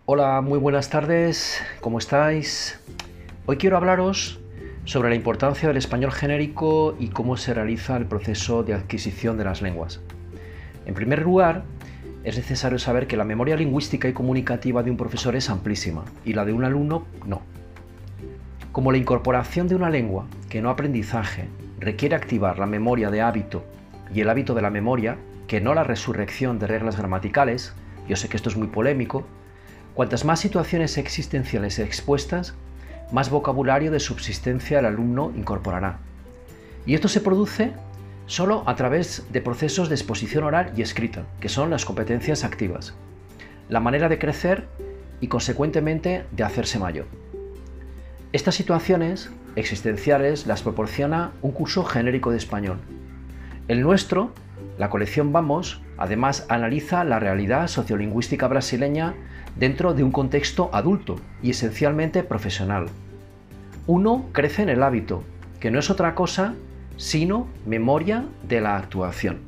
Hola, muy buenas tardes, ¿cómo estáis? Hoy quiero hablaros sobre la importancia del español genérico y cómo se realiza el proceso de adquisición de las lenguas. En primer lugar, es necesario saber que la memoria lingüística y comunicativa de un profesor es amplísima y la de un alumno no. Como la incorporación de una lengua que no aprendizaje requiere activar la memoria de hábito y el hábito de la memoria, que no la resurrección de reglas gramaticales, yo sé que esto es muy polémico, cuantas más situaciones existenciales expuestas, más vocabulario de subsistencia el alumno incorporará. Y esto se produce solo a través de procesos de exposición oral y escrita, que son las competencias activas, la manera de crecer y, consecuentemente, de hacerse mayor. Estas situaciones existenciales las proporciona un curso genérico de español. El nuestro, la colección Vamos, además analiza la realidad sociolingüística brasileña dentro de un contexto adulto y esencialmente profesional. Uno crece en el hábito, que no es otra cosa sino memoria de la actuación.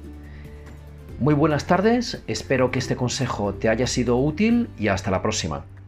Muy buenas tardes, espero que este consejo te haya sido útil y hasta la próxima.